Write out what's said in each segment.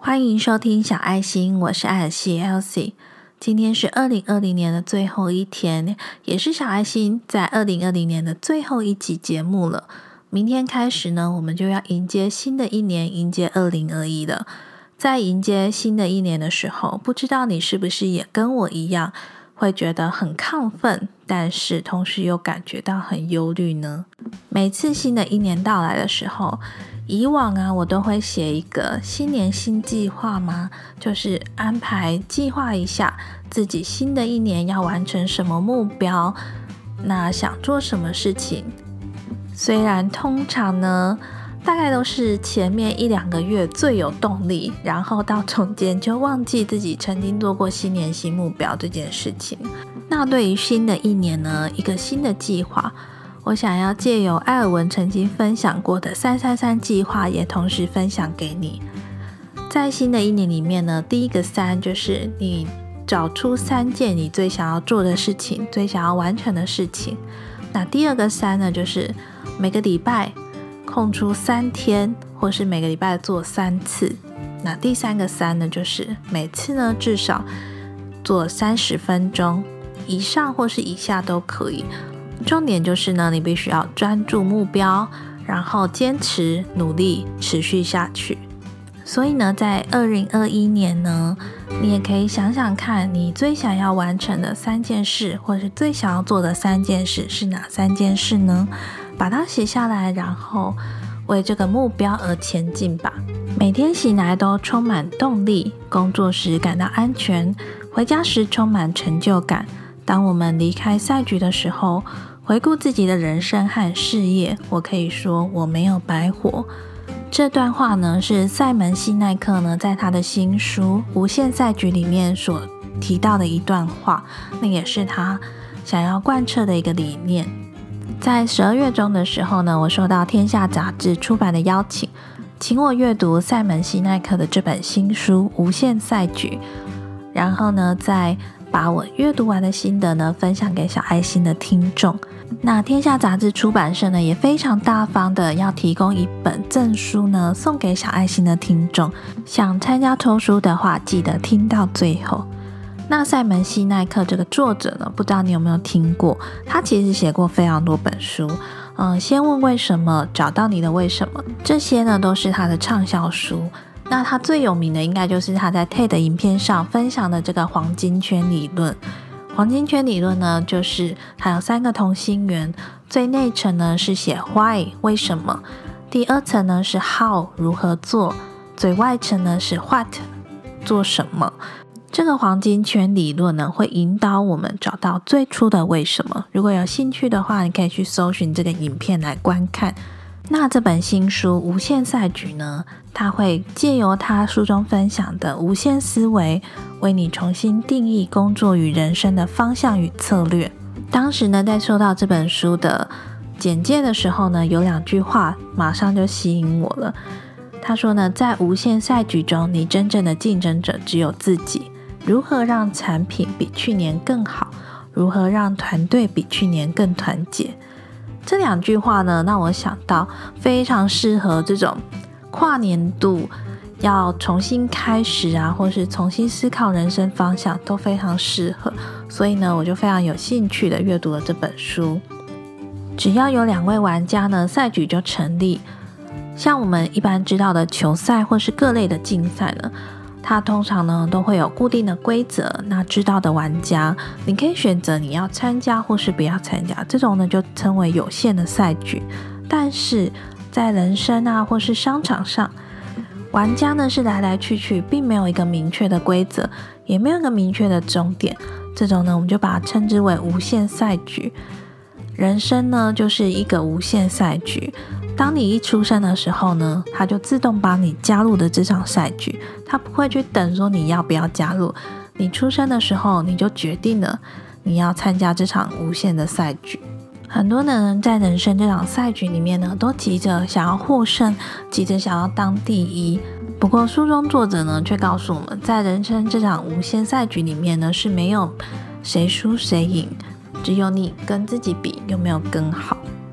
欢迎收听小爱心，我是艾尔西 Elsie。今天是2020年的最后一天，也是小爱心在2020年的最后一集节目了。明天开始呢，我们就要迎接新的一年，迎接2021了。在迎接新的一年的时候，不知道你是不是也跟我一样，会觉得很亢奋，但是同时又感觉到很忧虑呢？每次新的一年到来的时候，以往我都会写一个新年新计划嘛，就是安排计划一下自己新的一年要完成什么目标，那想做什么事情。虽然通常呢，大概都是前面1-2个月最有动力，然后到中间就忘记自己曾经做过新年新目标这件事情。那对于新的一年呢，一个新的计划，我想要借由艾尔文曾经分享过的333计划，也同时分享给你。在新的一年里面呢，第一个3就是你找出3件你最想要做的事情，最想要完成的事情。那第二个3呢，就是每个礼拜空出3天，或是每个礼拜做3次。那第三个3呢，就是每次呢至少做30分钟以上或是以下都可以。重点就是呢，你必须要专注目标，然后坚持努力持续下去。所以呢，在2021年呢，你也可以想想看，你最想要完成的3件事，或是最想要做的3件事是哪3件事呢？把它写下来，然后为这个目标而前进吧。每天醒来都充满动力，工作时感到安全，回家时充满成就感。当我们离开赛局的时候，回顾自己的人生和事业，我可以说我没有白活。这段话呢，是塞门西奈克呢在他的新书《无限赛局》里面所提到的一段话，那也是他想要贯彻的一个理念。在12月中的时候呢，我收到天下杂志出版的邀请，请我阅读塞门西奈克的这本新书《无限赛局》，然后呢再把我阅读完的心得呢分享给小爱心的听众。那天下杂志出版社呢也非常大方的要提供一本赠书呢送给小爱心的听众，想参加抽书的话记得听到最后。那塞门西奈克这个作者呢，不知道你有没有听过，他其实写过非常多本书，先问为什么，找到你的为什么，这些呢都是他的畅销书。那他最有名的应该就是他在 TED 影片上分享的这个黄金圈理论。黄金圈理论呢，就是它有3个同心圆，最内层呢是写 why 为什么，第2层呢是 how 如何做，最外层呢是 what 做什么。这个黄金圈理论呢，会引导我们找到最初的为什么。如果有兴趣的话，你可以去搜寻这个影片来观看。那这本新书《无限赛局》呢，它会借由他书中分享的无限思维，为你重新定义工作与人生的方向与策略。当时呢，在收到这本书的简介的时候呢，有2句话马上就吸引我了。他说呢，在无限赛局中，你真正的竞争者只有自己。如何让产品比去年更好？如何让团队比去年更团结？这2句话呢，让我想到非常适合这种跨年度要重新开始或是重新思考人生方向，都非常适合。所以呢，我就非常有兴趣的阅读了这本书。只要有2位玩家呢，赛局就成立。像我们一般知道的球赛或是各类的竞赛呢，它通常呢都会有固定的规则，那知道的玩家你可以选择你要参加或是不要参加，这种呢就称为有限的赛局。但是在人生或是商场上，玩家呢是来来去去，并没有一个明确的规则，也没有一个明确的终点，这种呢我们就把它称之为无限赛局。人生呢就是一个无限赛局，当你一出生的时候呢，它就自动把你加入的这场赛局，它不会去等说你要不要加入。你出生的时候，你就决定了你要参加这场无限的赛局。很多的人在人生这场赛局里面呢，都急着想要获胜，急着想要当第一。不过书中作者呢，却告诉我们，在人生这场无限赛局里面呢，是没有谁输谁赢，只有你跟自己比有没有更好。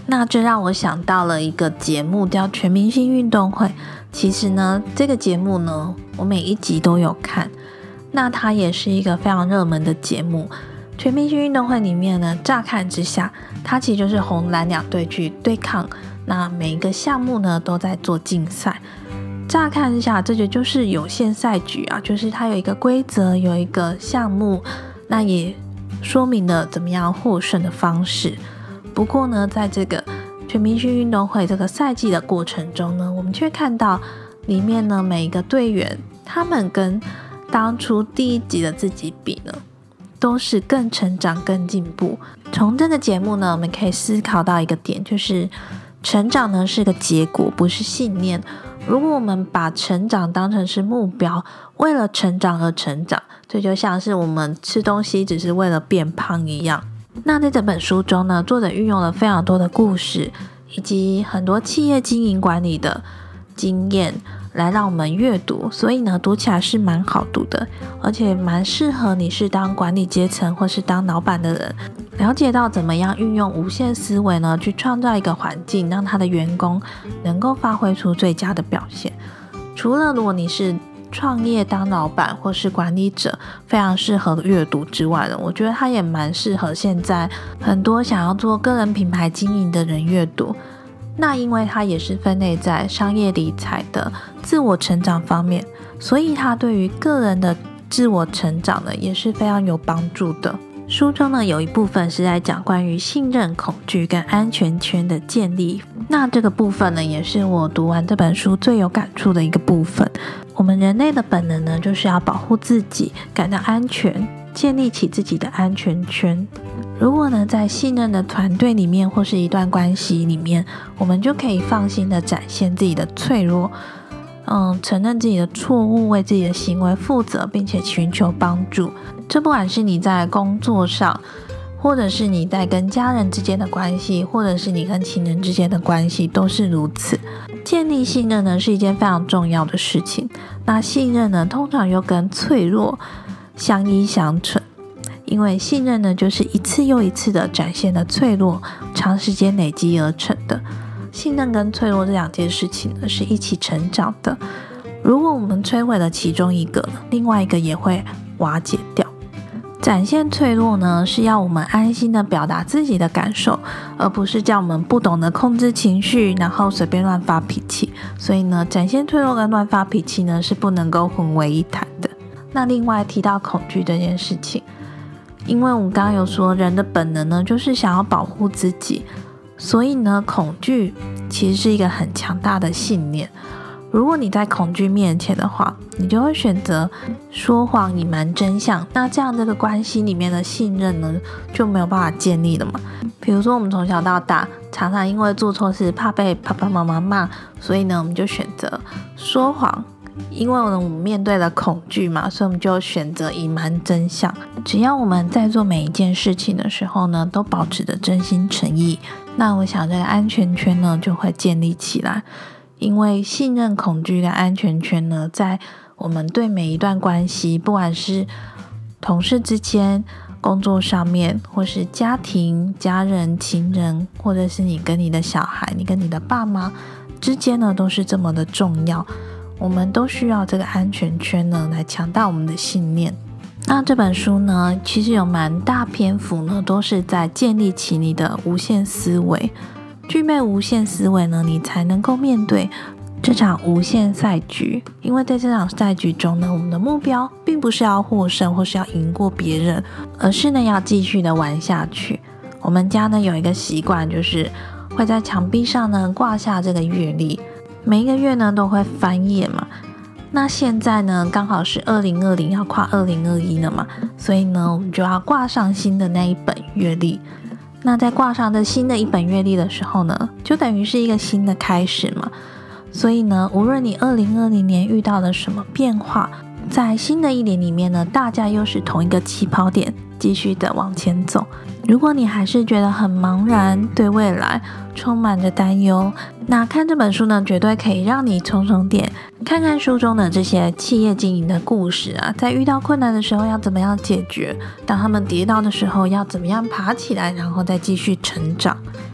那这让我想到了一个节目叫全明星运动会。其实呢，这个节目呢，我每一集都有看。那它也是一个非常热门的节目。全明星运动会里面呢，乍看之下，它其实就是红蓝两队去对抗。那每一个项目呢，都在做竞赛。乍看之下，这就是有限赛局啊，就是它有一个规则，有一个项目，那也说明了怎么样获胜的方式。不过呢，在这个全明星运动会这个赛季的过程中呢，我们却看到里面呢每一个队员，他们跟当初第一集的自己比呢，都是更成长、更进步。从这个节目呢，我们可以思考到一个点，就是成长呢是个结果，不是信念。如果我们把成长当成是目标，为了成长而成长，这就像是我们吃东西只是为了变胖一样。那在这本书中呢，作者运用了非常多的故事，以及很多企业经营管理的经验来让我们阅读，所以呢，读起来是蛮好读的，而且蛮适合你是当管理阶层或是当老板的人，了解到怎么样运用无限思维呢，去创造一个环境，让他的员工能够发挥出最佳的表现。除了如果你是创业当老板或是管理者非常适合阅读之外呢，我觉得它也蛮适合现在很多想要做个人品牌经营的人阅读。那因为它也是分类在商业理财的自我成长方面，所以它对于个人的自我成长呢也是非常有帮助的。书中呢有一部分是在讲关于信任、恐惧跟安全圈的建立，那这个部分呢也是我读完这本书最有感触的一个部分。我们人类的本能呢就是要保护自己，感到安全，建立起自己的安全圈。如果呢在信任的团队里面或是一段关系里面，我们就可以放心的展现自己的脆弱，承认自己的错误，为自己的行为负责，并且寻求帮助。这不管是你在工作上，或者是你在跟家人之间的关系，或者是你跟情人之间的关系，都是如此。建立信任呢是一件非常重要的事情，那信任呢通常又跟脆弱相依相存，因为信任呢就是一次又一次的展现的脆弱，长时间累积而成的。信任跟脆弱这两件事情呢是一起成长的，如果我们摧毁了其中一个，另外一个也会瓦解掉。展现脆弱呢是要我们安心的表达自己的感受，而不是叫我们不懂得控制情绪，然后随便乱发脾气。所以呢，展现脆弱跟乱发脾气呢是不能够混为一谈的。那另外提到恐惧这件事情，因为我们刚刚有说人的本能呢就是想要保护自己，所以呢恐惧其实是一个很强大的信念。如果你在恐惧面前的话，你就会选择说谎、隐瞒真相，那这样这个关系里面的信任呢就没有办法建立了嘛。比如说我们从小到大常常因为做错事怕被爸爸妈妈骂，所以呢我们就选择说谎，因为我们面对了恐惧嘛，所以我们就选择隐瞒真相。只要我们在做每一件事情的时候呢都保持着真心诚意，那我想这个安全圈呢就会建立起来。因为信任、恐惧跟安全圈呢，在我们对每一段关系，不管是同事之间、工作上面，或是家庭、家人、情人，或者是你跟你的小孩、你跟你的爸妈之间呢，都是这么的重要。我们都需要这个安全圈呢，来强大我们的信念。那这本书呢，其实有蛮大篇幅呢，都是在建立起你的无限思维。具备无限思维呢，你才能够面对这场无限赛局。因为在这场赛局中呢，我们的目标并不是要获胜或是要赢过别人，而是呢要继续的玩下去。我们家呢有一个习惯，就是会在墙壁上呢挂下这个月历，每一个月呢都会翻页嘛。那现在呢刚好是2020要跨2021了嘛，所以呢我们就要挂上新的那一本月历。那在挂上这新的一本月历的时候呢，就等于是一个新的开始嘛。所以呢，无论你2020年遇到了什么变化，在新的一年里面呢，大家又是同一个起跑点，继续的往前走。如果你还是觉得很茫然，对未来充满着担忧，那看这本书呢，绝对可以让你充充电，看看书中的这些企业经营的故事啊，在遇到困难的时候要怎么样解决，当他们跌倒的时候要怎么样爬起来，然后再继续成长。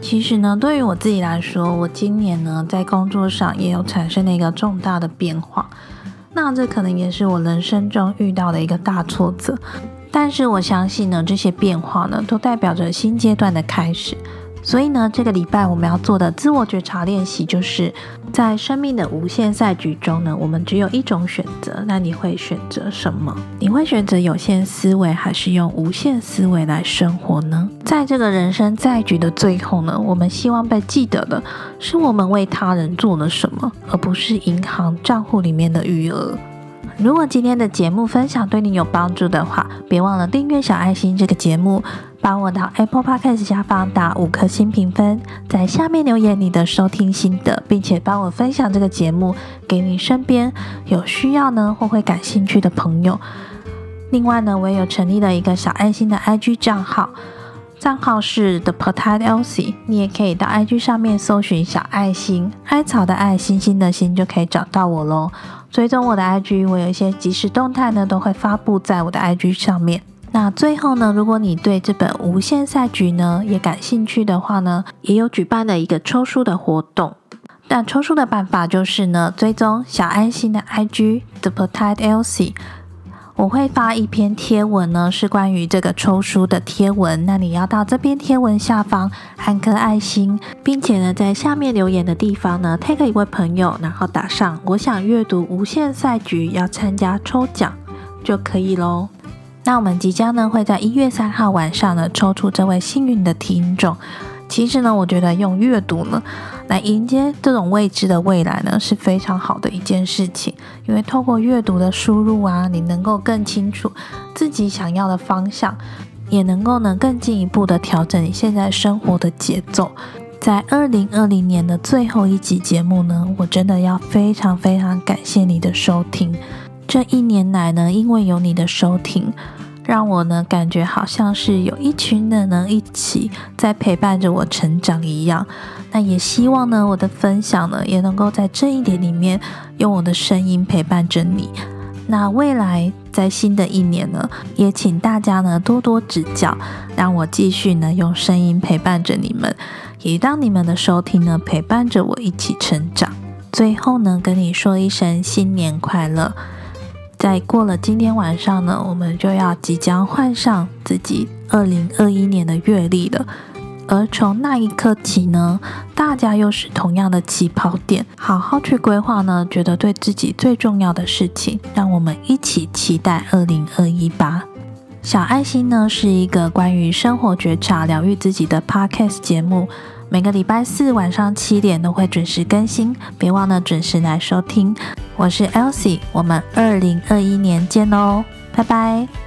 其实呢，对于我自己来说，我今年呢在工作上也有产生了一个重大的变化。那这可能也是我人生中遇到的一个大挫折，但是我相信呢，这些变化呢都代表着新阶段的开始。所以呢，这个礼拜我们要做的自我觉察练习，就是在生命的无限赛局中呢，我们只有一种选择。那你会选择什么？你会选择有限思维，还是用无限思维来生活呢？在这个人生赛局的最后呢，我们希望被记得的是我们为他人做了什么，而不是银行账户里面的余额。如果今天的节目分享对你有帮助的话，别忘了订阅小爱心这个节目，帮我到 Apple Podcast 下方打5颗星评分，在下面留言你的收听心得，并且帮我分享这个节目给你身边有需要呢或会感兴趣的朋友。另外呢，我也有成立了一个小爱心的 IG 账号，账号是 The Petite Elsie， 你也可以到 IG 上面搜寻小爱心，艾草的爱，星星的星，就可以找到我咯。追踪我的 IG， 我有一些即时动态呢都会发布在我的 IG 上面。那最后呢，如果你对这本无限赛局呢也感兴趣的话呢，也有举办了一个抽书的活动。那抽书的办法就是呢，追踪小爱心的 IG The Petite Elsie，我会发一篇贴文呢，是关于这个抽书的贴文。那你要到这篇贴文下方按颗爱心，并且呢，在下面留言的地方呢 tag 一位朋友，然后打上我想阅读无限赛局，要参加抽奖就可以咯。那我们即将呢会在1月3号晚上呢抽出这位幸运的听众。其实呢，我觉得用阅读呢来迎接这种未知的未来呢是非常好的一件事情，因为透过阅读的输入啊，你能够更清楚自己想要的方向，也能够呢更进一步的调整你现在生活的节奏。在2020年的最后一集节目呢，我真的要非常非常感谢你的收听。这1年来呢，因为有你的收听，让我呢感觉好像是有一群人呢一起在陪伴着我成长一样。那也希望呢我的分享呢也能够在这一点里面用我的声音陪伴着你。那未来在新的1年呢，也请大家呢多多指教，让我继续呢用声音陪伴着你们，也让你们的收听呢陪伴着我一起成长。最后呢，跟你说一声新年快乐。在过了今天晚上呢，我们就要即将换上自己2021年的月历了。而从那一刻起呢，大家又是同样的起跑点，好好去规划呢觉得对自己最重要的事情，让我们一起期待2021吧。小爱心呢是一个关于生活觉察疗愈自己的 podcast 节目，每个礼拜4晚上7点都会准时更新，别忘了准时来收听。我是 Elsie， 我们2021年见咯，拜拜。